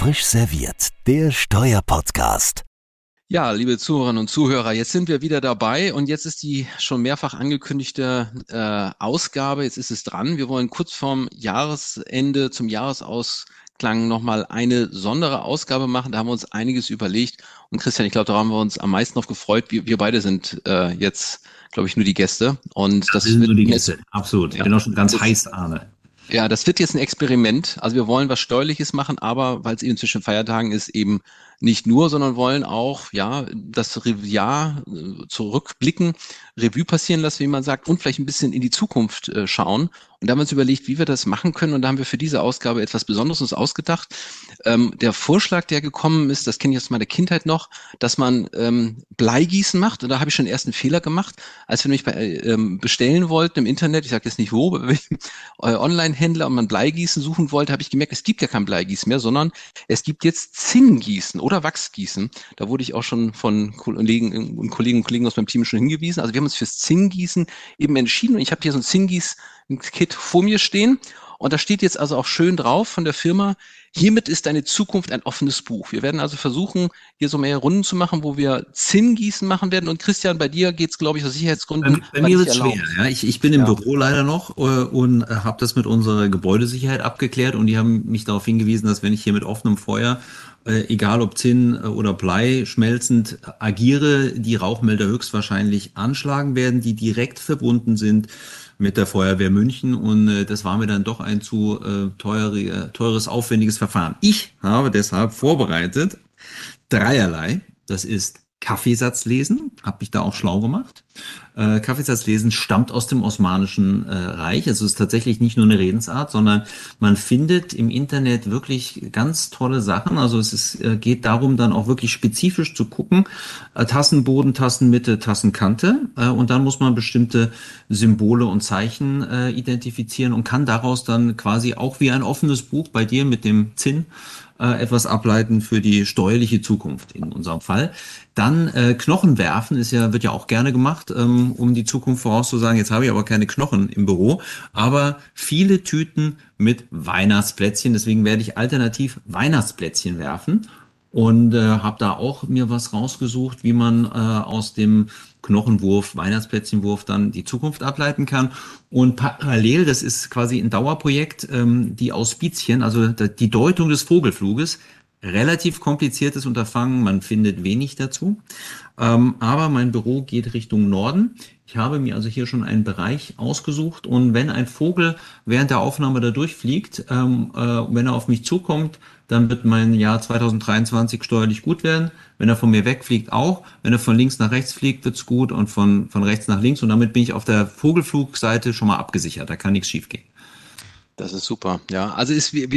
Frisch serviert, der Steuerpodcast. Ja, liebe Zuhörerinnen und Zuhörer, jetzt sind wir wieder dabei und jetzt ist die schon mehrfach angekündigte Ausgabe, jetzt ist es dran. Wir wollen kurz vorm Jahresende, zum Jahresausklang nochmal eine besondere Ausgabe machen. Da haben wir uns einiges überlegt. Und Christian, ich glaube, da haben wir uns am meisten drauf gefreut. Wir beide sind jetzt, glaube ich, nur die Gäste. Und das sind nur die Gäste, absolut. Ich bin auch schon ganz heiß, Arne. Ja, das wird jetzt ein Experiment. Also wir wollen was Steuerliches machen, aber weil es eben zwischen Feiertagen ist, eben nicht nur, sondern wollen auch, ja, das Jahr zurückblicken, Revue passieren lassen, wie man sagt, und vielleicht ein bisschen in die Zukunft schauen. Und da haben wir uns überlegt, wie wir das machen können. Und da haben wir für diese Ausgabe etwas Besonderes uns ausgedacht. Der Vorschlag, der gekommen ist, das kenne ich aus meiner Kindheit noch, dass man Bleigießen macht. Und da habe ich schon den ersten Fehler gemacht, als wir nämlich bestellen wollten im Internet, ich sage jetzt nicht wo, bei welchem Online-Händler und man Bleigießen suchen wollte, habe ich gemerkt, es gibt ja kein Bleigießen mehr, sondern es gibt jetzt Zinngießen oder Wachsgießen. Da wurde ich auch schon von Kollegen und Kollegen aus meinem Team schon hingewiesen. Also wir haben uns fürs Zinngießen eben entschieden und ich habe hier so ein Zinngieß-Kit vor mir stehen und da steht jetzt also auch schön drauf von der Firma: Hiermit ist deine Zukunft ein offenes Buch. Wir werden also versuchen, hier so mehr Runden zu machen, wo wir Zinngießen machen werden. Und Christian, bei dir geht's, glaube ich, aus Sicherheitsgründen. Bei mir wird's schwer. Ja. Ich bin im Büro leider noch und habe das mit unserer Gebäudesicherheit abgeklärt und die haben mich darauf hingewiesen, dass wenn ich hier mit offenem Feuer, egal ob Zinn oder Blei, schmelzend agiere, die Rauchmelder höchstwahrscheinlich anschlagen werden, die direkt verbunden sind mit der Feuerwehr München und das war mir dann doch ein zu teures, aufwendiges Verfahren. Ich habe deshalb vorbereitet dreierlei. Das ist Kaffeesatz lesen, habe mich da auch schlau gemacht. Kaffeesatz lesen stammt aus dem Osmanischen Reich. Also es ist tatsächlich nicht nur eine Redensart, sondern man findet im Internet wirklich ganz tolle Sachen. Also geht darum, dann auch wirklich spezifisch zu gucken. Tassenboden, Tassenmitte, Tassenkante. Und dann muss man bestimmte Symbole und Zeichen identifizieren und kann daraus dann quasi auch wie ein offenes Buch bei dir mit dem Zinn etwas ableiten für die steuerliche Zukunft in unserem Fall. Dann Knochen werfen wird ja auch gerne gemacht, um die Zukunft vorauszusagen. Jetzt habe ich aber keine Knochen im Büro, aber viele Tüten mit Weihnachtsplätzchen. Deswegen werde ich alternativ Weihnachtsplätzchen werfen und habe da auch mir was rausgesucht, wie man aus dem Knochenwurf, Weihnachtsplätzchenwurf dann die Zukunft ableiten kann. Und parallel, das ist quasi ein Dauerprojekt, die Auspizien, also die Deutung des Vogelfluges. Relativ kompliziertes Unterfangen, man findet wenig dazu. Aber mein Büro geht Richtung Norden. Ich habe mir also hier schon einen Bereich ausgesucht und wenn ein Vogel während der Aufnahme da durchfliegt, wenn er auf mich zukommt, dann wird mein Jahr 2023 steuerlich gut werden. Wenn er von mir wegfliegt auch. Wenn er von links nach rechts fliegt, wird's gut und von rechts nach links. Und damit bin ich auf der Vogelflugseite schon mal abgesichert. Da kann nichts schiefgehen. Das ist super, ja. Also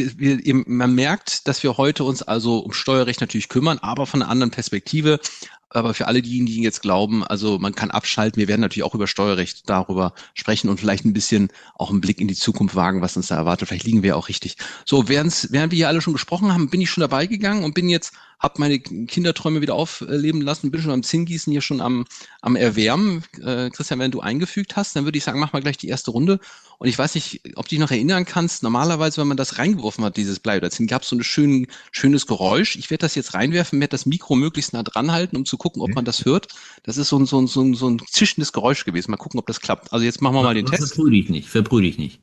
man merkt, dass wir heute uns also um Steuerrecht natürlich kümmern, aber von einer anderen Perspektive. Aber für alle diejenigen, die jetzt glauben, also man kann abschalten, wir werden natürlich auch über Steuerrecht darüber sprechen und vielleicht ein bisschen auch einen Blick in die Zukunft wagen, was uns da erwartet. Vielleicht liegen wir auch richtig. So, während wir hier alle schon gesprochen haben, bin ich schon dabei gegangen und habe meine Kinderträume wieder aufleben lassen, bin schon am Zinngießen hier schon am Erwärmen. Christian, wenn du eingefügt hast, dann würde ich sagen, mach mal gleich die erste Runde. Und ich weiß nicht, ob du dich noch erinnern kannst, normalerweise, wenn man das reingeworfen hat, dieses Blei oder Zinn, gab es so ein schönes Geräusch. Ich werde das jetzt reinwerfen, werde das Mikro möglichst nah dran halten, um zu gucken, ob man das hört. Das ist so ein zischendes Geräusch gewesen. Mal gucken, ob das klappt. Also jetzt machen wir mal den Test. Verbrühe dich nicht.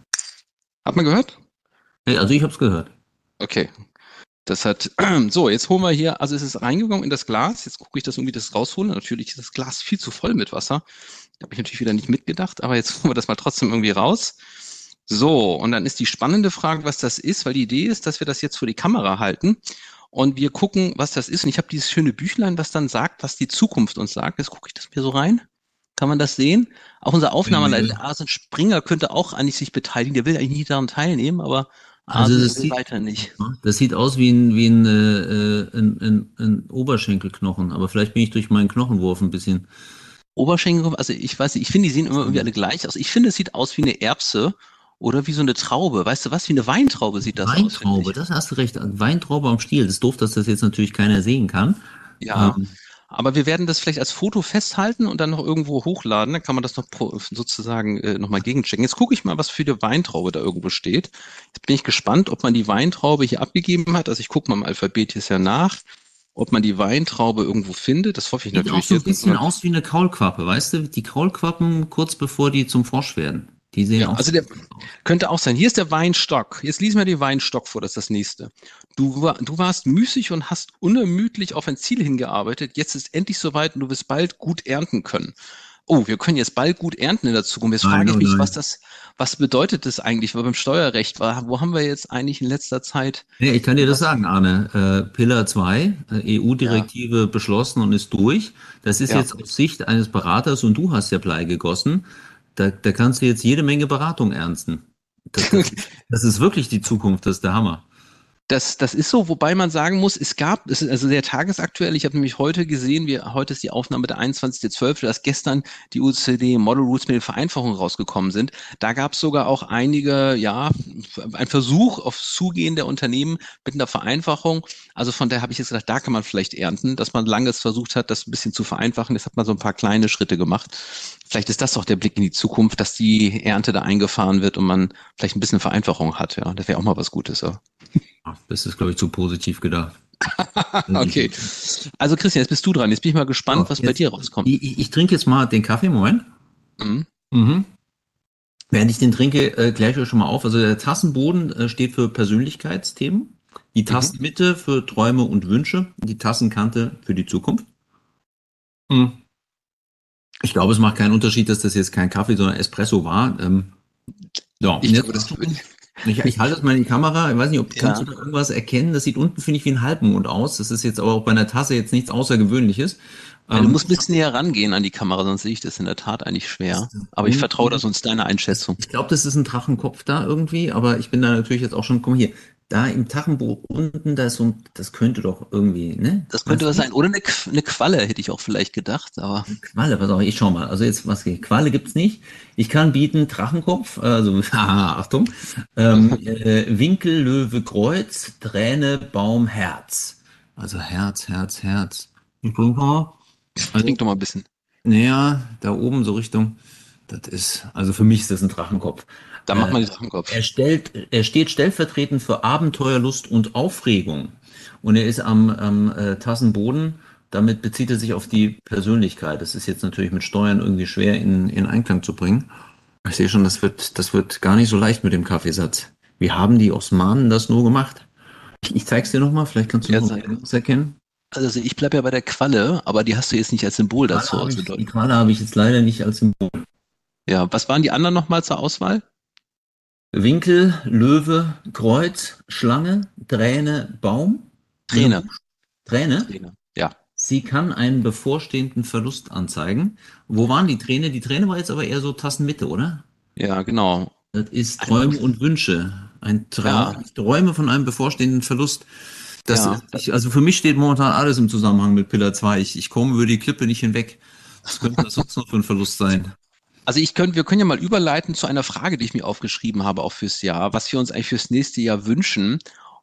Hat man gehört? Also ich habe es gehört. Okay. So, jetzt holen wir hier, also es ist reingegangen in das Glas. Jetzt gucke ich, dass irgendwie das rausholen. Natürlich ist das Glas viel zu voll mit Wasser. Da habe ich natürlich wieder nicht mitgedacht, aber jetzt holen wir das mal trotzdem irgendwie raus. So, und dann ist die spannende Frage, was das ist, weil die Idee ist, dass wir das jetzt vor die Kamera halten und wir gucken, was das ist. Und ich habe dieses schöne Büchlein, was dann sagt, was die Zukunft uns sagt. Jetzt gucke ich das mir so rein. Kann man das sehen? Auch unser Aufnahmeleiter Arsene Springer könnte auch eigentlich sich beteiligen. Der will eigentlich nicht daran teilnehmen, aber das will weiter nicht. Das sieht aus wie ein Oberschenkelknochen, aber vielleicht bin ich durch meinen Knochenwurf ein bisschen. Oberschenkel, also ich weiß nicht, ich finde, die sehen immer irgendwie alle gleich aus. Ich finde, es sieht aus wie eine Erbse oder wie so eine Traube. Weißt du was? Wie eine Weintraube sieht das aus. Weintraube, das hast du recht. Weintraube am Stiel. Das ist doof, dass das jetzt natürlich keiner sehen kann. Ja. Aber wir werden das vielleicht als Foto festhalten und dann noch irgendwo hochladen. Dann kann man das noch sozusagen nochmal gegenchecken. Jetzt gucke ich mal, was für die Weintraube da irgendwo steht. Jetzt bin ich gespannt, ob man die Weintraube hier abgegeben hat. Also ich gucke mal im Alphabet hier nach, ob man die Weintraube irgendwo findet. Das hoffe ich Sieht auch natürlich so ein jetzt. bisschen aus wie eine Kaulquappe, weißt du? Die Kaulquappen kurz bevor die zum Frosch werden. Die sehen Ja, auch also so der aus. könnte auch sein. Hier ist der Weinstock. Jetzt lies mir den Weinstock vor, das ist das nächste. Du warst müßig und hast unermüdlich auf ein Ziel hingearbeitet. Jetzt ist endlich soweit und du wirst bald gut ernten können. Oh, wir können jetzt bald gut ernten in der Zukunft. Jetzt Nein, frage oh ich mich, nein. was bedeutet das eigentlich? Weil beim Steuerrecht war, wo haben wir jetzt eigentlich in letzter Zeit Ja, ich kann dir das was? sagen, Arne. Pillar 2, Ja, EU-Direktive beschlossen und ist durch. Das ist ja. jetzt aus Sicht eines Beraters und du hast ja Blei gegossen. Da kannst du jetzt jede Menge Beratung ernten. Das ist wirklich die Zukunft, das ist der Hammer. Das ist so, wobei man sagen muss, es ist also sehr tagesaktuell. Ich habe nämlich heute gesehen, heute ist die Aufnahme der 21.12., dass gestern die OECD Model Rules mit den Vereinfachungen rausgekommen sind. Da gab es sogar auch einige, ja, ein Versuch auf Zugehen der Unternehmen mit einer Vereinfachung. Also von daher habe ich jetzt gedacht, da kann man vielleicht ernten, dass man lange es versucht hat, das ein bisschen zu vereinfachen. Jetzt hat man so ein paar kleine Schritte gemacht. Vielleicht ist das doch der Blick in die Zukunft, dass die Ernte da eingefahren wird und man vielleicht ein bisschen Vereinfachung hat. Ja, das wäre auch mal was Gutes. Ja. Das ist, glaube ich, zu positiv gedacht. Okay. Also Christian, jetzt bist du dran. Jetzt bin ich mal gespannt, So, was bei jetzt, dir rauskommt. ich trinke jetzt mal den Kaffee, Moment. Mhm. Mhm. Während ich den trinke, kläre ich euch schon mal auf. Also der Tassenboden steht für Persönlichkeitsthemen, die Mhm. Tassenmitte für Träume und Wünsche, die Tassenkante für die Zukunft. Mhm. Ich glaube, es macht keinen Unterschied, dass das jetzt kein Kaffee, sondern Espresso war. Ja, und Ich jetzt glaube, das würde. ich halte das mal in die Kamera. Ich weiß nicht, kannst du Ja. da irgendwas erkennen? Das sieht unten, finde ich, wie ein Halbmond aus. Das ist jetzt aber auch bei einer Tasse jetzt nichts Außergewöhnliches. Du Ähm, musst ein bisschen näher rangehen an die Kamera, sonst sehe ich das in der Tat eigentlich ist schwer. das Aber ich vertraue das unten? uns deiner Einschätzung. Ich glaube, das ist ein Drachenkopf da irgendwie, aber ich bin da natürlich jetzt auch schon, guck mal hier, da im Drachenbuch unten, da ist so ein, das könnte doch irgendwie, ne? Das könnte Weißt was du? sein. Oder eine Qualle, hätte ich auch vielleicht gedacht. Aber Qualle, pass auf, ich schau mal. Also jetzt, was geht? Qualle gibt's nicht. Ich kann bieten Drachenkopf, also, haha, Achtung, Winkel, Löwe, Kreuz, Träne, Baum, Herz. Also Herz, Herz, Herz. Ich guck mal. trink Also, doch mal ein bisschen. näher, da oben so Richtung, das ist, also für mich ist das ein Drachenkopf. Dann mach mal den Drachtenkopf. Er steht stellvertretend für Abenteuerlust und Aufregung. Und er ist am Tassenboden. Damit bezieht er sich auf die Persönlichkeit. Das ist jetzt natürlich mit Steuern irgendwie schwer in Einklang zu bringen. Ich sehe schon, das wird gar nicht so leicht mit dem Kaffeesatz. Wie haben die Osmanen das nur gemacht? Ich zeig's dir nochmal, vielleicht kannst du Ja, noch was erkennen. also ich bleibe ja bei der Qualle, aber die hast du jetzt nicht als Symbol dazu Die ausgedeutet. Qualle habe ich jetzt leider nicht als Symbol. Ja, was waren die anderen nochmal zur Auswahl? Winkel, Löwe, Kreuz, Schlange, Träne, Baum. Mit einem Trainer. Buch. Träne. Trainer. Ja. Sie kann einen bevorstehenden Verlust anzeigen. Wo waren die Träne? Die Träne war jetzt aber eher so Tassenmitte, oder? Ja, genau. Das ist Träume und Wünsche. Ein Traum. Ja, Ich träume von einem bevorstehenden Verlust. ja. Also für mich steht momentan alles im Zusammenhang mit Pillar 2. Ich komme über die Klippe nicht hinweg. Was könnte das sonst noch für ein Verlust sein? Also wir können ja mal überleiten zu einer Frage, die ich mir aufgeschrieben habe, auch fürs Jahr, was wir uns eigentlich fürs nächste Jahr wünschen.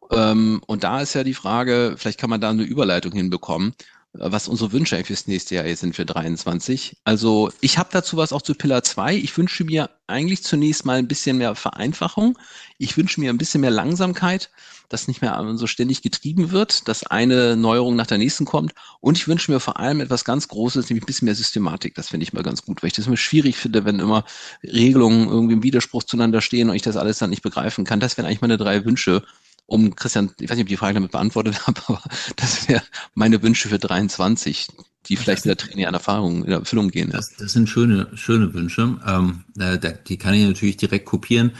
Und da ist ja die Frage, vielleicht kann man da eine Überleitung hinbekommen, was unsere Wünsche eigentlich fürs nächste Jahr jetzt sind für 23. Also ich habe dazu was auch zu Pillar 2. Ich wünsche mir eigentlich zunächst mal ein bisschen mehr Vereinfachung. Ich wünsche mir ein bisschen mehr Langsamkeit, dass nicht mehr so ständig getrieben wird, dass eine Neuerung nach der nächsten kommt. Und ich wünsche mir vor allem etwas ganz Großes, nämlich ein bisschen mehr Systematik. Das finde ich mal ganz gut, weil ich das immer schwierig finde, wenn immer Regelungen irgendwie im Widerspruch zueinander stehen und ich das alles dann nicht begreifen kann. Das wären eigentlich meine drei Wünsche. Christian, ich weiß nicht, ob ich die Frage damit beantwortet habe, aber das wäre meine Wünsche für 23, die vielleicht mit der Training an Erfahrung in Erfüllung gehen. Ja. Das sind schöne Wünsche. Die kann ich natürlich direkt kopieren.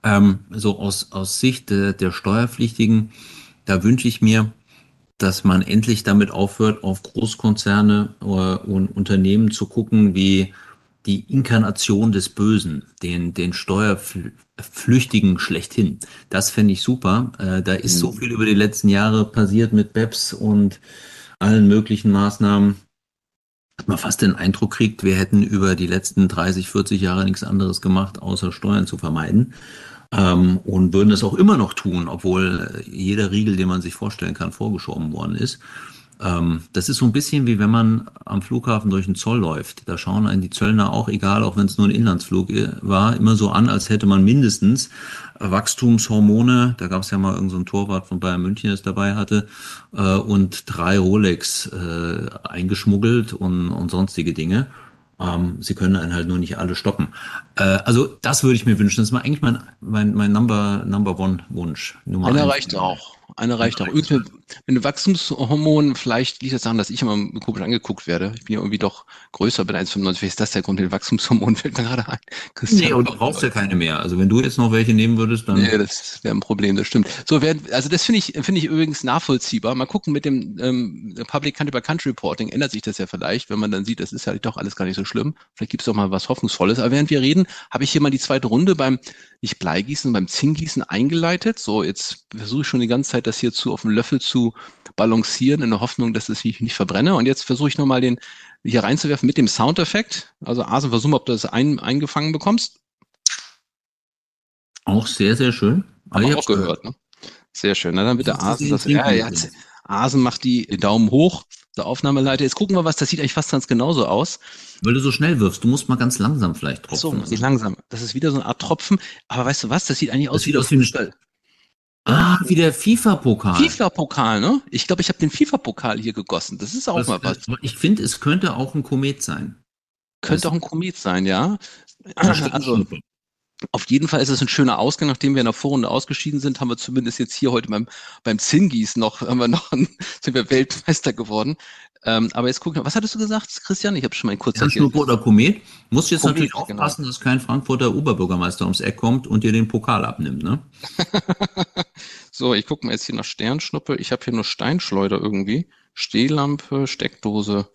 So aus Sicht der Steuerpflichtigen, da wünsche ich mir, dass man endlich damit aufhört, auf Großkonzerne und Unternehmen zu gucken, wie die Inkarnation des Bösen, den Steuerflüchtigen schlechthin. Das fände ich super. Da ist so Mhm. viel über die letzten Jahre passiert mit BEPS und allen möglichen Maßnahmen, dass man fast den Eindruck kriegt, wir hätten über die letzten 30, 40 Jahre nichts anderes gemacht, außer Steuern zu vermeiden. Und würden das auch immer noch tun, obwohl jeder Riegel, den man sich vorstellen kann, vorgeschoben worden ist. Das ist so ein bisschen wie wenn man am Flughafen durch den Zoll läuft. Da schauen einen die Zöllner auch, egal, auch wenn es nur ein Inlandsflug war, immer so an, als hätte man mindestens Wachstumshormone, da gab es ja mal irgendeinen so einen Torwart von Bayern München, der es dabei hatte, und 3 Rolex eingeschmuggelt und sonstige Dinge. Sie können einen halt nur nicht alle stoppen. Also das würde ich mir wünschen. Das ist mal eigentlich mein Number One Wunsch. Nummer Einer eins. reicht auch. Einer reicht auch. Übrigens, mit Wachstumshormonen, vielleicht liegt das daran, dass ich immer komisch angeguckt werde. Ich bin ja irgendwie doch größer, bin 1,95. Vielleicht ist das der Grund, den Wachstumshormonen fällt mir gerade ein. Nee, Christian. und du brauchst ja keine mehr. Also wenn du jetzt noch welche nehmen würdest, Nee, dann das wäre ein Problem, das stimmt. So, also das finde ich übrigens nachvollziehbar. Mal gucken, mit dem Public Country by Country Reporting ändert sich das ja vielleicht, wenn man dann sieht, das ist ja doch alles gar nicht so schlimm. Vielleicht gibt es doch mal was Hoffnungsvolles. Aber während wir reden, habe ich hier mal die zweite Runde beim nicht Bleigießen, beim Zinngießen eingeleitet. So, jetzt versuche ich schon die ganze Zeit, das hier auf dem Löffel zu balancieren, in der Hoffnung, dass ich nicht verbrenne. Und jetzt versuche ich nochmal den hier reinzuwerfen mit dem Soundeffekt. Also Asen, versuchen, ob du das eingefangen bekommst. auch sehr, sehr schön. Haben Ich wir hab's auch gehört, ne? Sehr schön. Na dann bitte Das ist Asen. den Trinken Ja, übrigens. Asen macht die Daumen hoch. Der Aufnahmeleiter. Jetzt gucken wir was. Das sieht eigentlich fast ganz genauso aus. Weil du so schnell wirfst, du musst mal ganz langsam vielleicht Ach so, tropfen. geht langsam. Das ist wieder so eine Art Tropfen. Aber weißt du was? Das sieht eigentlich Das aus wie sieht bei aus wie ein Fußball. Ja? Wie der FIFA-Pokal. FIFA-Pokal, ne? Ich glaube, ich habe den FIFA-Pokal hier gegossen. Das ist auch mal was. Ich finde, es könnte auch ein Komet sein. Könnte auch ein Komet sein, ja. Eine Also Sternschnuppe. auf jeden Fall ist es ein schöner Ausgang. Nachdem wir in der Vorrunde ausgeschieden sind, haben wir zumindest jetzt hier heute beim Zinngießen sind wir Weltmeister geworden. Aber jetzt gucken wir, was hattest du gesagt, Christian? Ich habe schon mal kurz Sternschnuppe oder Komet. Musst jetzt Komet, natürlich genau. aufpassen, dass kein Frankfurter Oberbürgermeister ums Eck kommt und dir den Pokal abnimmt, ne? So, ich gucke mal jetzt hier nach Sternschnuppe. Ich habe hier nur Steinschleuder irgendwie. Stehlampe, Steckdose.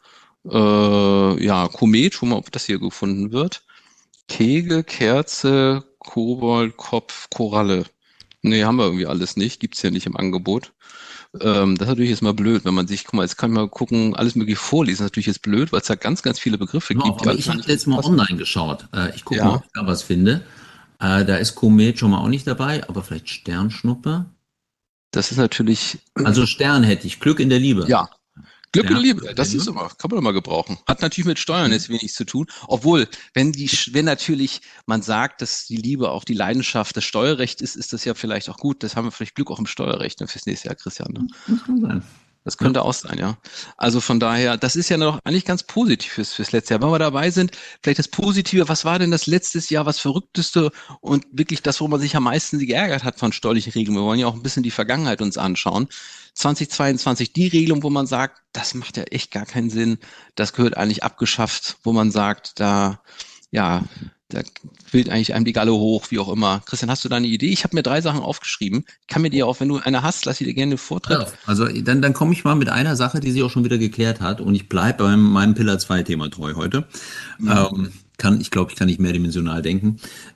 Ja, Komet, schon mal, ob das hier gefunden wird. Kegel, Kerze, Kobold, Kopf, Koralle. Nee, haben wir irgendwie alles nicht. Gibt's ja nicht im Angebot. Das ist natürlich jetzt mal blöd, wenn man sich, guck mal, jetzt kann ich mal gucken, alles mögliche vorlesen. Das ist natürlich jetzt blöd, weil es da ganz, ganz viele Begriffe Pass auf, gibt. aber Die ich alle habe nicht jetzt mal passen. online geschaut. Ich gucke mal, Ja, ob ich da was finde. Da ist Komet schon mal auch nicht dabei, aber vielleicht Sternschnuppe. das ist natürlich, Also Stern hätte ich. Glück in der Liebe. ja, Glück und Stern, Liebe, das ist immer, kann man immer gebrauchen. Hat natürlich mit Steuern jetzt wenig zu tun. Obwohl, wenn natürlich man sagt, dass die Liebe auch die Leidenschaft des Steuerrechts ist, ist das ja vielleicht auch gut. Das haben wir vielleicht Glück auch im Steuerrecht, ne, fürs nächste Jahr, Christian. Ne? das kann sein. Das Ja. könnte auch sein, ja. Also von daher, das ist ja noch eigentlich ganz positiv fürs letzte Jahr. Wenn wir dabei sind, vielleicht das Positive, was war denn das letztes Jahr, was Verrückteste und wirklich das, wo man sich am meisten geärgert hat von steuerlichen Regeln? Wir wollen ja auch ein bisschen die Vergangenheit uns anschauen. 2022 die Regelung, wo man sagt, das macht ja echt gar keinen Sinn, das gehört eigentlich abgeschafft, wo man sagt, da quillt eigentlich einem die Galle hoch, wie auch immer. Christian, hast du da eine Idee? Ich habe mir 3 Sachen aufgeschrieben. Ich kann mir die auch, wenn du eine hast, lass ich dir gerne den Vortritt. Ja, also dann komme ich mal mit einer Sache, die sich auch schon wieder geklärt hat und ich bleibe bei meinem Pillar 2 Thema treu heute. Ich glaube, ich kann nicht mehrdimensional denken.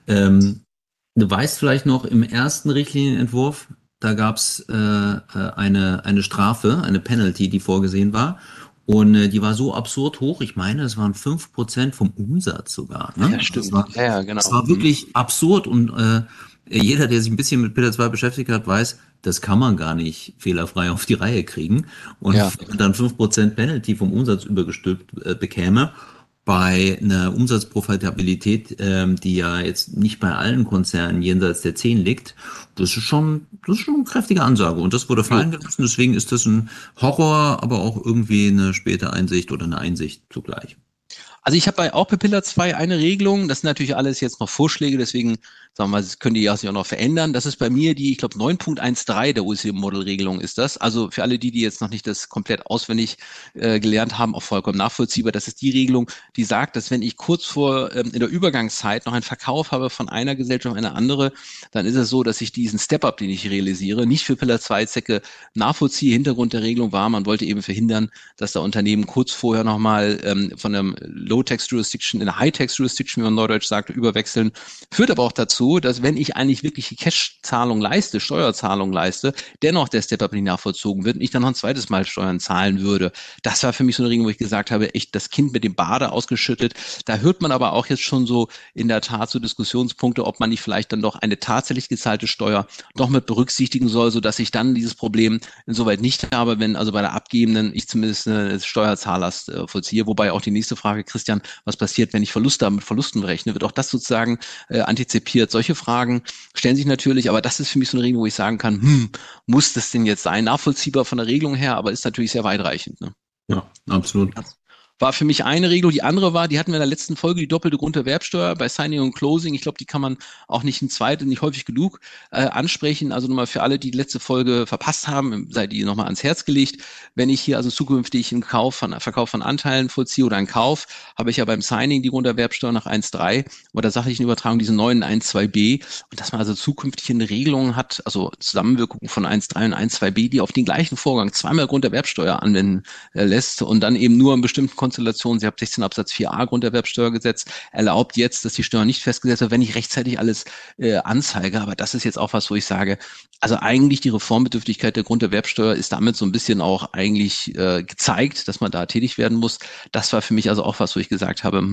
Du weißt vielleicht noch, im ersten Richtlinienentwurf, da gab es eine Strafe, eine Penalty, die vorgesehen war. Und die war so absurd hoch, ich meine, es waren 5% vom Umsatz sogar. Ne? Ja, Also stimmt. es Genau. war wirklich absurd und jeder, der sich ein bisschen mit Pillar 2 beschäftigt hat, weiß, das kann man gar nicht fehlerfrei auf die Reihe kriegen. Und Ja. wenn man dann 5% Penalty vom Umsatz übergestülpt bekäme, bei einer Umsatzprofitabilität, die ja jetzt nicht bei allen Konzernen jenseits der 10 liegt, das ist schon eine kräftige Ansage. Und das wurde fallen gelassen. Deswegen ist das ein Horror, aber auch irgendwie eine späte Einsicht oder eine Einsicht zugleich. Also ich habe auch bei Pillar 2 eine Regelung, das sind natürlich alles jetzt noch Vorschläge, deswegen sagen wir mal, das können die ja sich auch noch verändern. Das ist bei mir die, ich glaube 9.13 der OECD-Model-Regelung ist das. Also für alle die jetzt noch nicht das komplett auswendig gelernt haben, auch vollkommen nachvollziehbar. Das ist die Regelung, die sagt, dass wenn ich kurz vor in der Übergangszeit noch einen Verkauf habe von einer Gesellschaft auf eine andere, dann ist es so, dass ich diesen Step-up, den ich realisiere, nicht für Pillar 2 Zwecke nachvollziehe. Hintergrund der Regelung war, man wollte eben verhindern, dass da Unternehmen kurz vorher nochmal von einem Low-Tax-Jurisdiction in eine High-Tax-Jurisdiction, wie man neudeutsch sagt, überwechseln. Führt aber auch dazu, dazu, dass wenn ich eigentlich wirkliche Cash-Zahlung leiste, Steuerzahlung leiste, dennoch der Step-Up nicht nachvollzogen wird und ich dann noch ein zweites Mal Steuern zahlen würde. Das war für mich so eine Regelung, wo ich gesagt habe, echt das Kind mit dem Bade ausgeschüttet. Da hört man aber auch jetzt schon so in der Tat so Diskussionspunkte, ob man nicht vielleicht dann doch eine tatsächlich gezahlte Steuer doch mit berücksichtigen soll, sodass ich dann dieses Problem insoweit nicht habe, wenn also bei der abgebenden ich zumindest eine Steuerzahllast vollziehe. Wobei auch die nächste Frage, Christian, was passiert, wenn ich Verluste mit Verlusten berechne? Wird auch das sozusagen antizipiert? Solche Fragen stellen sich natürlich, aber das ist für mich so eine Regelung, wo ich sagen kann, muss das denn jetzt sein? Nachvollziehbar von der Regelung her, aber ist natürlich sehr weitreichend. Ne? Ja, absolut. War für mich eine Regelung. Die andere war, die hatten wir in der letzten Folge, die doppelte Grunderwerbsteuer bei Signing und Closing. Ich glaube, die kann man auch nicht nicht häufig genug ansprechen. Also nochmal für alle, die die letzte Folge verpasst haben, sei die nochmal ans Herz gelegt. Wenn ich hier also zukünftig einen Verkauf von Anteilen vollziehe oder einen Kauf, habe ich ja beim Signing die Grunderwerbsteuer nach 1,3 oder der sachlichen Übertragung diese neuen 1,2b. Und dass man also zukünftig eine Regelung hat, also Zusammenwirkung von 1,3 und 1,2b, die auf den gleichen Vorgang zweimal Grunderwerbsteuer anwenden lässt und dann eben nur in bestimmten Konstellation, Sie haben 16 Absatz 4a Grunderwerbsteuergesetz, erlaubt jetzt, dass die Steuer nicht festgesetzt wird, wenn ich rechtzeitig alles anzeige. Aber das ist jetzt auch was, wo ich sage, also eigentlich die Reformbedürftigkeit der Grunderwerbsteuer ist damit so ein bisschen auch eigentlich gezeigt, dass man da tätig werden muss. Das war für mich also auch was, wo ich gesagt habe,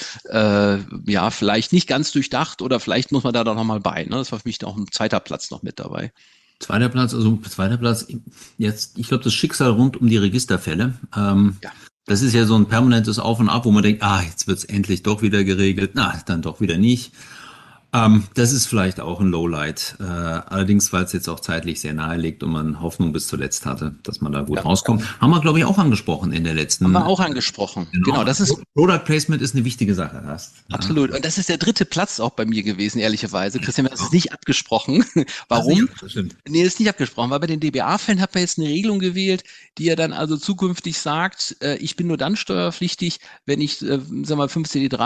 ja, vielleicht nicht ganz durchdacht oder vielleicht muss man da doch nochmal bei. Ne? Das war für mich auch ein zweiter Platz noch mit dabei. Zweiter Platz, jetzt, ich glaube, das Schicksal rund um die Registerfälle. Ja. Das ist ja so ein permanentes Auf und Ab, wo man denkt, jetzt wird's endlich doch wieder geregelt, dann doch wieder nicht. Das ist vielleicht auch ein Lowlight. Allerdings, weil es jetzt auch zeitlich sehr nahe liegt und man Hoffnung bis zuletzt hatte, dass man da gut rauskommt. Haben wir, glaube ich, auch angesprochen in der letzten. Haben wir auch angesprochen. Genau, das ist. Product Placement ist eine wichtige Sache. Absolut. Und das ist der dritte Platz auch bei mir gewesen, ehrlicherweise. Christian, wir haben es nicht abgesprochen. Warum? Das stimmt. Nee, das ist nicht abgesprochen, weil bei den DBA-Fällen hat man jetzt eine Regelung gewählt, die ja dann also zukünftig sagt, ich bin nur dann steuerpflichtig, wenn ich, sag mal,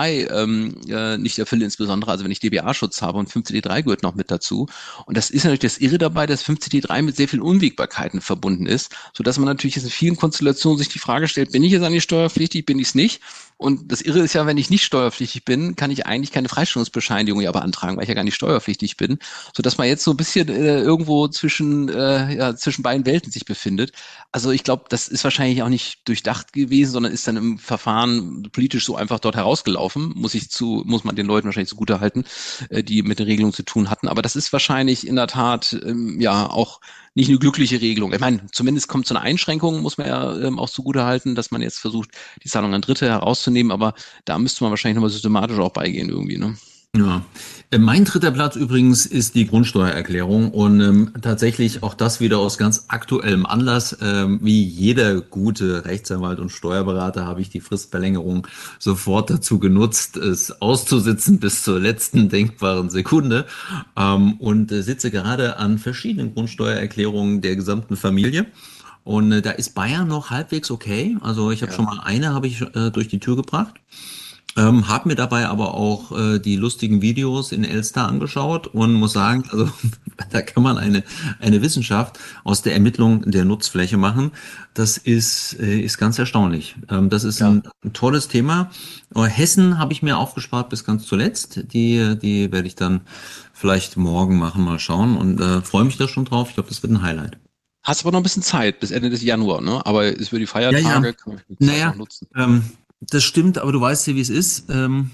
5CD3 nicht erfülle, insbesondere, also wenn ich DBA-Schutz habe und 5CD3 gehört noch mit dazu. Und das ist natürlich das Irre dabei, dass 5CD3 mit sehr vielen Unwägbarkeiten verbunden ist, sodass man natürlich jetzt in vielen Konstellationen sich die Frage stellt, bin ich jetzt eigentlich steuerpflichtig, bin ich es nicht? Und das Irre ist ja, wenn ich nicht steuerpflichtig bin, kann ich eigentlich keine Freistellungsbescheinigung ja beantragen, weil ich ja gar nicht steuerpflichtig bin, sodass man jetzt so ein bisschen irgendwo zwischen beiden Welten sich befindet. Also ich glaube, das ist wahrscheinlich auch nicht durchdacht gewesen, sondern ist dann im Verfahren politisch so einfach dort herausgelaufen, muss man den Leuten wahrscheinlich zugutehalten, die mit der Regelung zu tun hatten. Aber das ist wahrscheinlich in der Tat auch nicht eine glückliche Regelung. Ich meine, zumindest kommt zu einer Einschränkung, muss man ja auch zugutehalten, dass man jetzt versucht, die Zahlung an Dritte herauszunehmen, aber da müsste man wahrscheinlich nochmal systematisch auch beigehen irgendwie, ne? Ja, mein dritter Platz übrigens ist die Grundsteuererklärung und tatsächlich auch das wieder aus ganz aktuellem Anlass. Wie jeder gute Rechtsanwalt und Steuerberater habe ich die Fristverlängerung sofort dazu genutzt, es auszusitzen bis zur letzten denkbaren Sekunde und sitze gerade an verschiedenen Grundsteuererklärungen der gesamten Familie. Und da ist Bayern noch halbwegs okay. Also ich habe schon mal habe ich durch die Tür gebracht. Habe mir dabei aber auch die lustigen Videos in Elster angeschaut und muss sagen, also da kann man eine Wissenschaft aus der Ermittlung der Nutzfläche machen. Das ist ganz erstaunlich. Das ist ein tolles Thema. Hessen habe ich mir aufgespart bis ganz zuletzt. Die werde ich dann vielleicht morgen machen, mal schauen und freue mich da schon drauf. Ich glaube, das wird ein Highlight. Hast aber noch ein bisschen Zeit bis Ende des Januar, ne? Aber es wird die Feiertage, kann man die Zeit noch nutzen. Das stimmt, aber du weißt ja, wie es ist.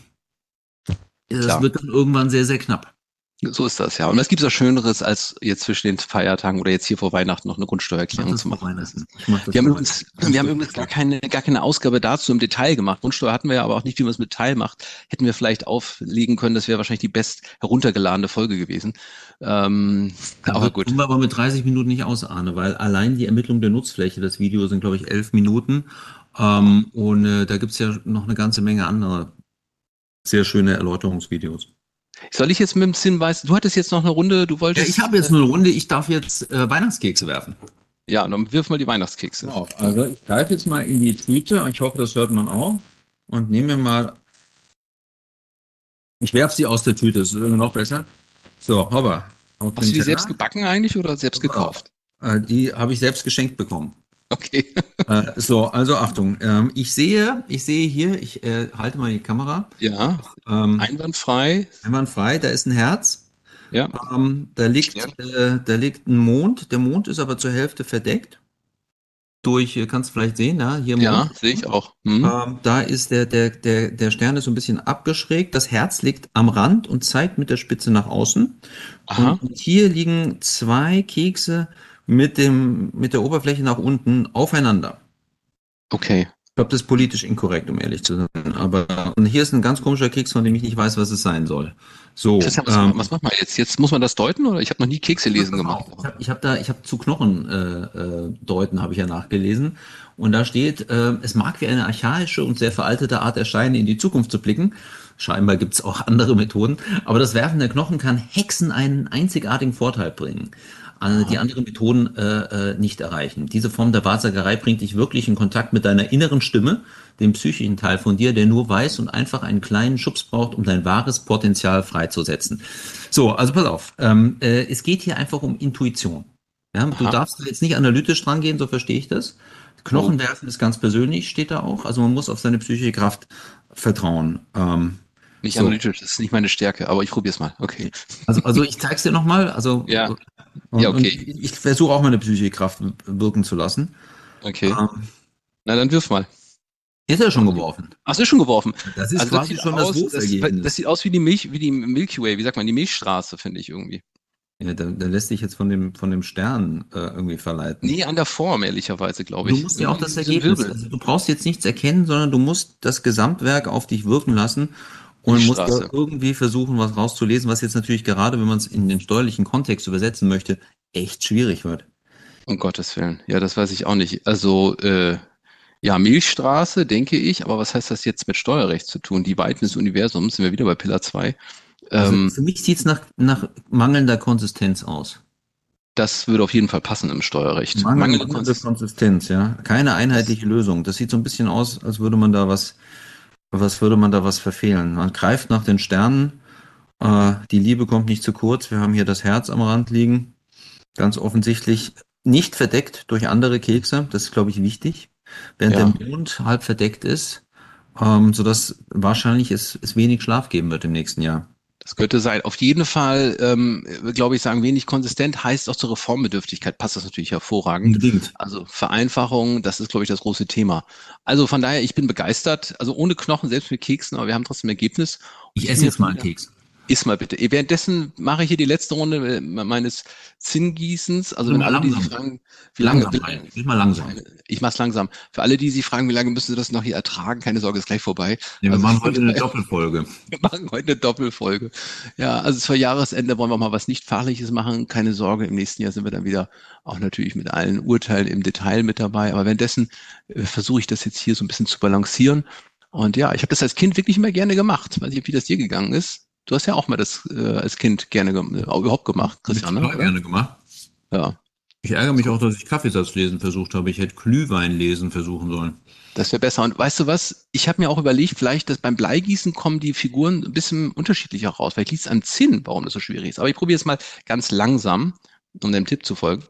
Das wird dann irgendwann sehr, sehr knapp. So ist das, ja. Und was gibt es da Schöneres, als jetzt zwischen den Feiertagen oder jetzt hier vor Weihnachten noch eine Grundsteuererklärung zu machen? Wir haben übrigens gar keine Ausgabe dazu im Detail gemacht. Grundsteuer hatten wir ja aber auch nicht, wie man es mit Detail macht. Hätten wir vielleicht auflegen können, das wäre wahrscheinlich die best heruntergeladene Folge gewesen. Aber gut. Können wir aber mit 30 Minuten nicht aus, Arne, weil allein die Ermittlung der Nutzfläche, das Video sind, glaube ich, 11 Minuten. Und da gibt's ja noch eine ganze Menge andere sehr schöne Erläuterungsvideos. Soll ich jetzt mit dem Hinweis, du hattest jetzt noch eine Runde, du wolltest... Ja, ich habe jetzt nur eine Runde, ich darf jetzt Weihnachtskekse werfen. Ja, dann wirf mal die Weihnachtskekse. Genau, also ich greife jetzt mal in die Tüte, ich hoffe, das hört man auch, und nehme mal... Ich werfe sie aus der Tüte, das ist noch besser. So, hoppa. Hast du die selbst gebacken eigentlich oder selbst gekauft? Die habe ich selbst geschenkt bekommen. Okay. So, also Achtung. Ich sehe hier, halte mal die Kamera. Ja. Einwandfrei. Einwandfrei, da ist ein Herz. Ja. Da liegt ein Mond. Der Mond ist aber zur Hälfte verdeckt. Kannst du vielleicht sehen, ja, hier Ja, Mond. sehe ich auch. Hm. Da ist der Stern ist so ein bisschen abgeschrägt. Das Herz liegt am Rand und zeigt mit der Spitze nach außen. Aha, Und hier liegen zwei Kekse mit der Oberfläche nach unten aufeinander. okay. Ich glaube, das ist politisch inkorrekt, um ehrlich zu sein. Und hier ist ein ganz komischer Keks, von dem ich nicht weiß, was es sein soll. So, Christian, was macht man jetzt? Jetzt muss man das deuten oder? Ich habe noch nie Kekse lesen pass gemacht. auf. Ich habe zu Knochen deuten, habe ich ja nachgelesen. Und da steht, es mag wie eine archaische und sehr veraltete Art erscheinen, in die Zukunft zu blicken. Scheinbar gibt es auch andere Methoden. Aber das Werfen der Knochen kann Hexen einen einzigartigen Vorteil bringen, die andere Methoden nicht erreichen. Diese Form der Wahrsagerei bringt dich wirklich in Kontakt mit deiner inneren Stimme, dem psychischen Teil von dir, der nur weiß und einfach einen kleinen Schubs braucht, um dein wahres Potenzial freizusetzen. So, also pass auf. Es geht hier einfach um Intuition. Ja, du Aha. darfst jetzt nicht analytisch dran gehen, so verstehe ich das. Oh, Knochen werfen ist ganz persönlich, steht da auch. Also man muss auf seine psychische Kraft vertrauen. nicht So, analytisch, das ist nicht meine Stärke, aber ich probiere es mal. Okay. also ich zeig's dir nochmal. Ja, ja, Und okay. ich versuche auch meine psychische Kraft wirken zu lassen. Okay. Ähm, Na, dann wirf mal. Ist ja schon geworfen. Ach, es ist schon geworfen. Das ist Also das quasi sieht schon das aus, Wurfergebnis. das sieht aus wie die Milky Way, wie sagt man, die Milchstraße, finde ich irgendwie. Ja, da lässt sich jetzt von dem Stern irgendwie verleiten. Nee, an der Form, ehrlicherweise, glaube Du ich. musst ja auch Irgendwie das wie so ein Ergebnis, Wirbel. also du brauchst jetzt nichts erkennen, sondern du musst das Gesamtwerk auf dich wirken lassen und musst da Milchstraße. irgendwie versuchen, was rauszulesen, was jetzt natürlich gerade, wenn man es in den steuerlichen Kontext übersetzen möchte, echt schwierig wird. Um Gottes Willen. Ja, das weiß ich auch nicht. Also, ja, Milchstraße, denke ich, aber was heißt das jetzt mit Steuerrecht zu tun? Die Weiten des Universums, sind wir wieder bei Pillar 2. Also für mich sieht es nach mangelnder Konsistenz aus. Das würde auf jeden Fall passen im Steuerrecht. Mangelnde Mangelnde Konsistenz. Konsistenz, ja. Keine Das, einheitliche Lösung. Das sieht so ein bisschen aus, als würde man da was würde man da was verfehlen. Man greift nach den Sternen, die Liebe kommt nicht zu kurz. Wir haben hier das Herz am Rand liegen. Ganz offensichtlich nicht verdeckt durch andere Kekse. Das ist, glaube ich, wichtig. Während der ja. Mond halb verdeckt ist, sodass wahrscheinlich es wenig Schlaf geben wird im nächsten Jahr. Das könnte sein. Auf jeden Fall, glaube ich, sagen, wenig konsistent heißt auch zur Reformbedürftigkeit passt das natürlich hervorragend. Unbedingt. Also Vereinfachung, das ist, glaube ich, das große Thema. Also von daher, ich bin begeistert. Also ohne Knochen, selbst mit Keksen, aber wir haben trotzdem Ergebnis. Und Ich ich bin esse jetzt jetzt mal einen wieder. Keks. Iss mal bitte. Währenddessen mache ich hier die letzte Runde meines Zinngießens. Also Also wenn mal alle, die sich langsam. fragen, Langsam rein. Geht mal langsam. ich mache es langsam. Für alle, die sich fragen, wie lange müssen sie das noch hier ertragen, keine Sorge, ist gleich vorbei. Ja, wir Also machen von heute eine daher, Doppelfolge. wir machen heute eine Doppelfolge. Ja, also zur Jahresende wollen wir mal was nicht Fachliches machen. Keine Sorge, im nächsten Jahr sind wir dann wieder auch natürlich mit allen Urteilen im Detail mit dabei. Aber währenddessen versuche ich das jetzt hier so ein bisschen zu balancieren. Und ja, ich habe das als Kind wirklich immer gerne gemacht. Weiß nicht, wie das dir gegangen ist. Du hast ja auch mal das als Kind gerne überhaupt gemacht, Habe ich Christian, ne? total Oder? gerne gemacht. Ja, Ich ärgere mich auch, dass ich Kaffeesatz lesen versucht habe. Ich hätte Glühwein lesen versuchen sollen. das wäre besser. Und weißt du was? Ich habe mir auch überlegt, vielleicht, dass beim Bleigießen kommen die Figuren ein bisschen unterschiedlicher raus. Vielleicht liegt es am Zinn, warum das so schwierig ist. Aber ich probiere es mal ganz langsam, um dem Tipp zu folgen.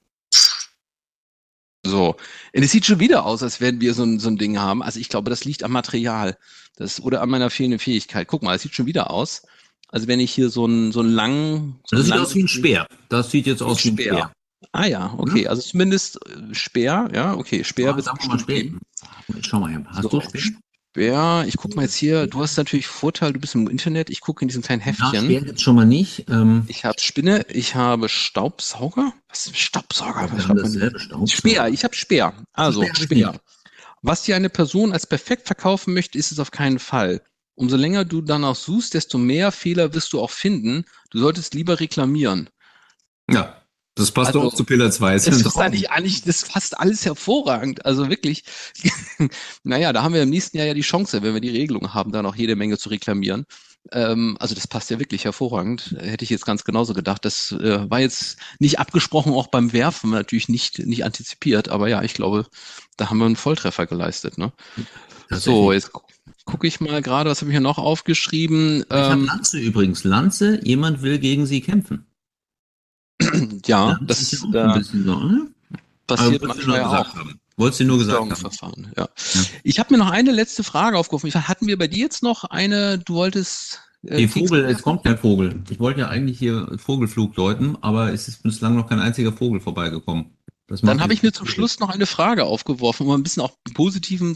So, und es sieht schon wieder aus, als werden wir so ein Ding haben. Also ich glaube, das liegt am Material, oder an meiner fehlenden Fähigkeit. Guck mal, es sieht schon wieder aus, als wenn ich hier so Das einen sieht aus wie ein langen Speer. Das sieht jetzt aus wie ein Speer. Speer. Ah ja, Oder? okay, also zumindest Speer, ja, okay, Speer Ja, wird es sagen wir mal bestimmt Speer. geben. Schau mal her. Hast du So, Speer? Speer, ich guck mal jetzt hier, du hast natürlich Vorteil, du bist im Internet, ich gucke in diesem kleinen Na, Heftchen. Speer gibt's schon mal nicht. Ich habe Spinne, ich habe Staubsauger. Was ist ein Staubsauger? Wir Was haben schreibt man dasselbe denn? Speer, Staubsauger. ich habe Speer. Also, Speer habe ich Speer. nicht. Was dir eine Person als perfekt verkaufen möchte, ist es auf keinen Fall. Umso länger du danach suchst, desto mehr Fehler wirst du auch finden. Du solltest lieber reklamieren. Ja, das passt doch auch Also, zu Pillar 2. Ist es ein ist Traum. eigentlich, das fasst alles hervorragend. Also wirklich, naja, da haben wir im nächsten Jahr ja die Chance, wenn wir die Regelung haben, da noch jede Menge zu reklamieren. Also das passt ja wirklich hervorragend. Hätte ich jetzt ganz genauso gedacht. Das war jetzt nicht abgesprochen, auch beim Werfen natürlich nicht antizipiert. Aber ja, ich glaube, da haben wir einen Volltreffer geleistet. Ne? So, Tatsächlich. jetzt gucke ich mal gerade, was habe ich hier noch aufgeschrieben? Ich habe Lanze übrigens. Lanze, jemand will gegen sie kämpfen. Ja, Lanze ist ja das auch ein bisschen so, ne? Aber passiert wolltest du nur manchmal ja gesagt auch. haben. Wolltest du nur gesagt haben. Beförderungsverfahren, ja. Ja. Ich habe mir noch eine letzte Frage aufgerufen. Hatten wir bei dir jetzt noch eine, du wolltest Vogel, es kommt kein Vogel. Ich wollte ja eigentlich hier Vogelflug läuten, aber es ist bislang noch kein einziger Vogel vorbeigekommen. Das Dann macht habe mich ich mir zum Schluss noch eine Frage aufgeworfen, um ein bisschen auch im Positiven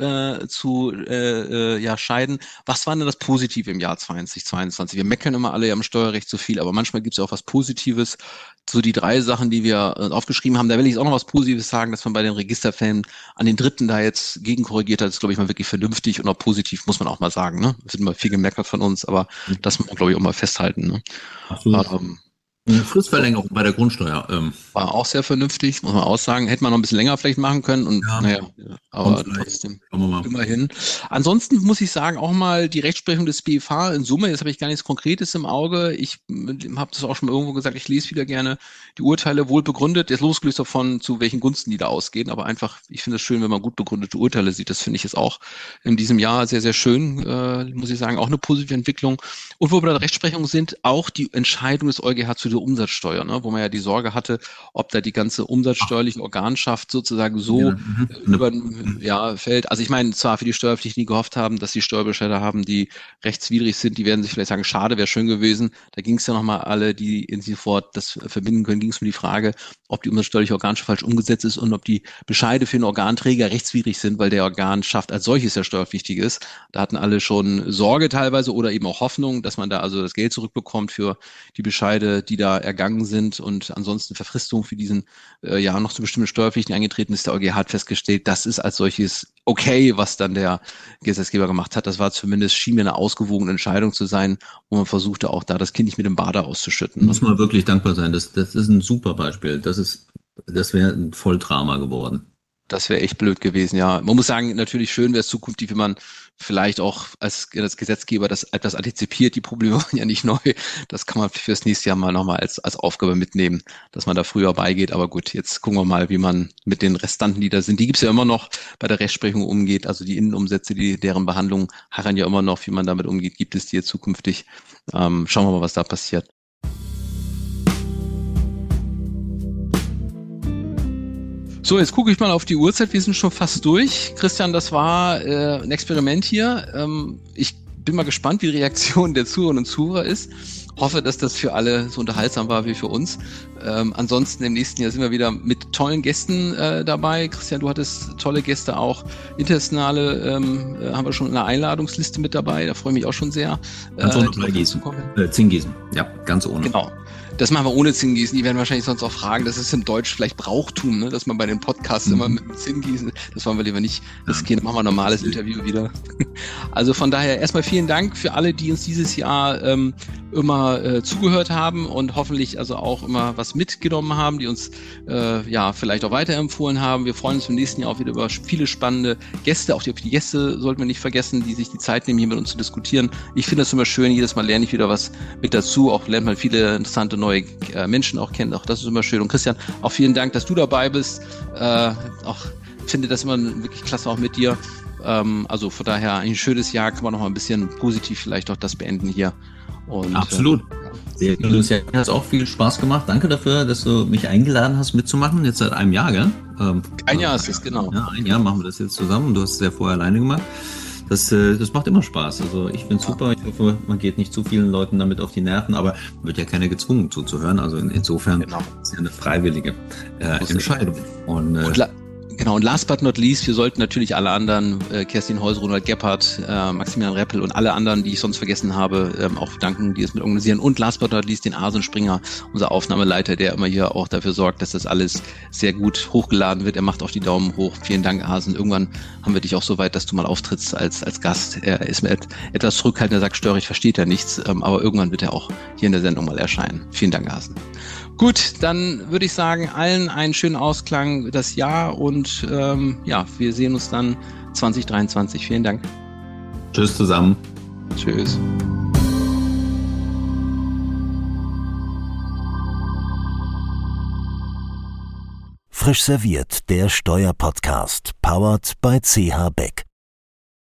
zu scheiden. Was war denn das Positive im Jahr 2022? Wir meckern immer alle am Steuerrecht so viel, aber manchmal gibt es ja auch was Positives. So die 3 Sachen, die wir aufgeschrieben haben, da will ich auch noch was Positives sagen, dass man bei den Registerfällen an den Dritten da jetzt gegenkorrigiert hat, ist, glaube ich, mal wirklich vernünftig und auch positiv, muss man auch mal sagen. Ne? Es wird immer viel gemeckert von uns, aber das muss man, glaube ich, auch mal festhalten. Ne? absolut. Eine So. Fristverlängerung bei der Grundsteuer. War auch sehr vernünftig, muss man auch sagen. Hätte man noch ein bisschen länger vielleicht machen können und Ja, naja, aber kommt vielleicht. trotzdem Schauen wir mal. immerhin. Ansonsten muss ich sagen, auch mal die Rechtsprechung des BFH in Summe, jetzt habe ich gar nichts Konkretes im Auge. Ich habe das auch schon mal irgendwo gesagt, ich lese wieder gerne die Urteile wohl begründet, jetzt losgelöst davon, zu welchen Gunsten die da ausgehen, aber einfach, ich finde es schön, wenn man gut begründete Urteile sieht. Das finde ich jetzt auch in diesem Jahr sehr, sehr schön, muss ich sagen, auch eine positive Entwicklung. Und wo wir bei der Rechtsprechung sind, auch die Entscheidung des EuGH zu der Umsatzsteuer, ne, wo man ja die Sorge hatte, ob da die ganze umsatzsteuerliche Organschaft sozusagen so über fällt. Also ich meine, zwar für die Steuerpflichtigen, die gehofft haben, dass die Steuerbescheide haben, die rechtswidrig sind, die werden sich vielleicht sagen, schade, wäre schön gewesen. Da ging es ja nochmal alle, die in sofort das verbinden können, ging es um die Frage, ob die umsatzsteuerliche Organschaft falsch umgesetzt ist und ob die Bescheide für den Organträger rechtswidrig sind, weil der Organschaft als solches ja steuerpflichtig ist. Da hatten alle schon Sorge teilweise oder eben auch Hoffnung, dass man da also das Geld zurückbekommt für die Bescheide, die da ergangen sind und ansonsten Verfristung für diesen noch zu bestimmten Steuerpflichten eingetreten ist. Der EuGH hat festgestellt, das ist als solches okay, was dann der Gesetzgeber gemacht hat. Das war zumindest, schien mir eine ausgewogene Entscheidung zu sein, wo man versuchte, auch da das Kind nicht mit dem Bade auszuschütten. Muss man wirklich dankbar sein. Das ist ein super Beispiel. Das wäre ein Volldrama geworden. Das wäre echt blöd gewesen, ja. Man muss sagen, natürlich schön wäre es zukünftig, wenn man vielleicht auch als Gesetzgeber das etwas antizipiert. Die Probleme waren ja nicht neu. Das kann man fürs nächste Jahr mal nochmal als Aufgabe mitnehmen, dass man da früher beigeht. Aber gut, jetzt gucken wir mal, wie man mit den Restanten, die da sind, die gibt's ja immer noch, bei der Rechtsprechung umgeht. Also die Innenumsätze, deren Behandlung harren ja immer noch, wie man damit umgeht, gibt es die jetzt zukünftig. Schauen wir mal, was da passiert. So, jetzt gucke ich mal auf die Uhrzeit. Wir sind schon fast durch. Christian, das war ein Experiment hier. Ich bin mal gespannt, wie die Reaktion der Zuhörerinnen und Zuhörer ist. Hoffe, dass das für alle so unterhaltsam war wie für uns. Ansonsten im nächsten Jahr sind wir wieder mit tollen Gästen dabei. Christian, du hattest tolle Gäste auch. Internationale haben wir schon in der Einladungsliste mit dabei. Da freue ich mich auch schon sehr. Ganz ohne Bleigießen. Zinngießen. Ja, ganz ohne. Genau. Das machen wir ohne Zinngießen. Die werden wahrscheinlich sonst auch fragen, das ist im Deutsch vielleicht Brauchtum, ne? Dass man bei den Podcasts immer mit dem Zinngießen, das wollen wir lieber nicht riskieren, machen wir ein normales Interview wieder. Also von daher erstmal vielen Dank für alle, die uns dieses Jahr immer zugehört haben und hoffentlich also auch immer was mitgenommen haben, die uns vielleicht auch weiterempfohlen haben. Wir freuen uns im nächsten Jahr auch wieder über viele spannende Gäste. Auch die Gäste sollten wir nicht vergessen, die sich die Zeit nehmen, hier mit uns zu diskutieren. Ich finde das immer schön, jedes Mal lerne ich wieder was mit dazu, auch lernt man viele interessante neue Menschen auch kennen. Auch das ist immer schön. Und Christian, auch vielen Dank, dass du dabei bist. Auch finde das immer wirklich klasse auch mit dir. Also von daher ein schönes Jahr, kann man noch mal ein bisschen positiv vielleicht auch das beenden hier. Und, absolut. Lucia, hat auch viel Spaß gemacht. Danke dafür, dass du mich eingeladen hast, mitzumachen. Jetzt seit einem Jahr, gell? Ein Jahr ist es, genau. Ja, ein Jahr machen wir das jetzt zusammen. Du hast es ja vorher alleine gemacht. Das macht immer Spaß. Also ich finde es super. Ich hoffe, man geht nicht zu vielen Leuten damit auf die Nerven, aber wird ja keiner gezwungen zuzuhören. Also insofern ist ja eine freiwillige Entscheidung. Und last but not least, wir sollten natürlich alle anderen, Kerstin Heuser, Ronald Gebhardt, Maximilian Reppel und alle anderen, die ich sonst vergessen habe, auch danken, die es mit organisieren. Und last but not least den Asen Springer, unser Aufnahmeleiter, der immer hier auch dafür sorgt, dass das alles sehr gut hochgeladen wird. Er macht auch die Daumen hoch. Vielen Dank, Asen. Irgendwann haben wir dich auch so weit, dass du mal auftrittst als Gast. Er ist mir etwas zurückhaltend, er sagt, Störrig versteht ja nichts, aber irgendwann wird er auch hier in der Sendung mal erscheinen. Vielen Dank, Asen. Gut, dann würde ich sagen, allen einen schönen Ausklang das Jahr und wir sehen uns dann 2023. Vielen Dank. Tschüss zusammen. Tschüss. Frisch serviert, der Steuerpodcast, powered by CH Beck.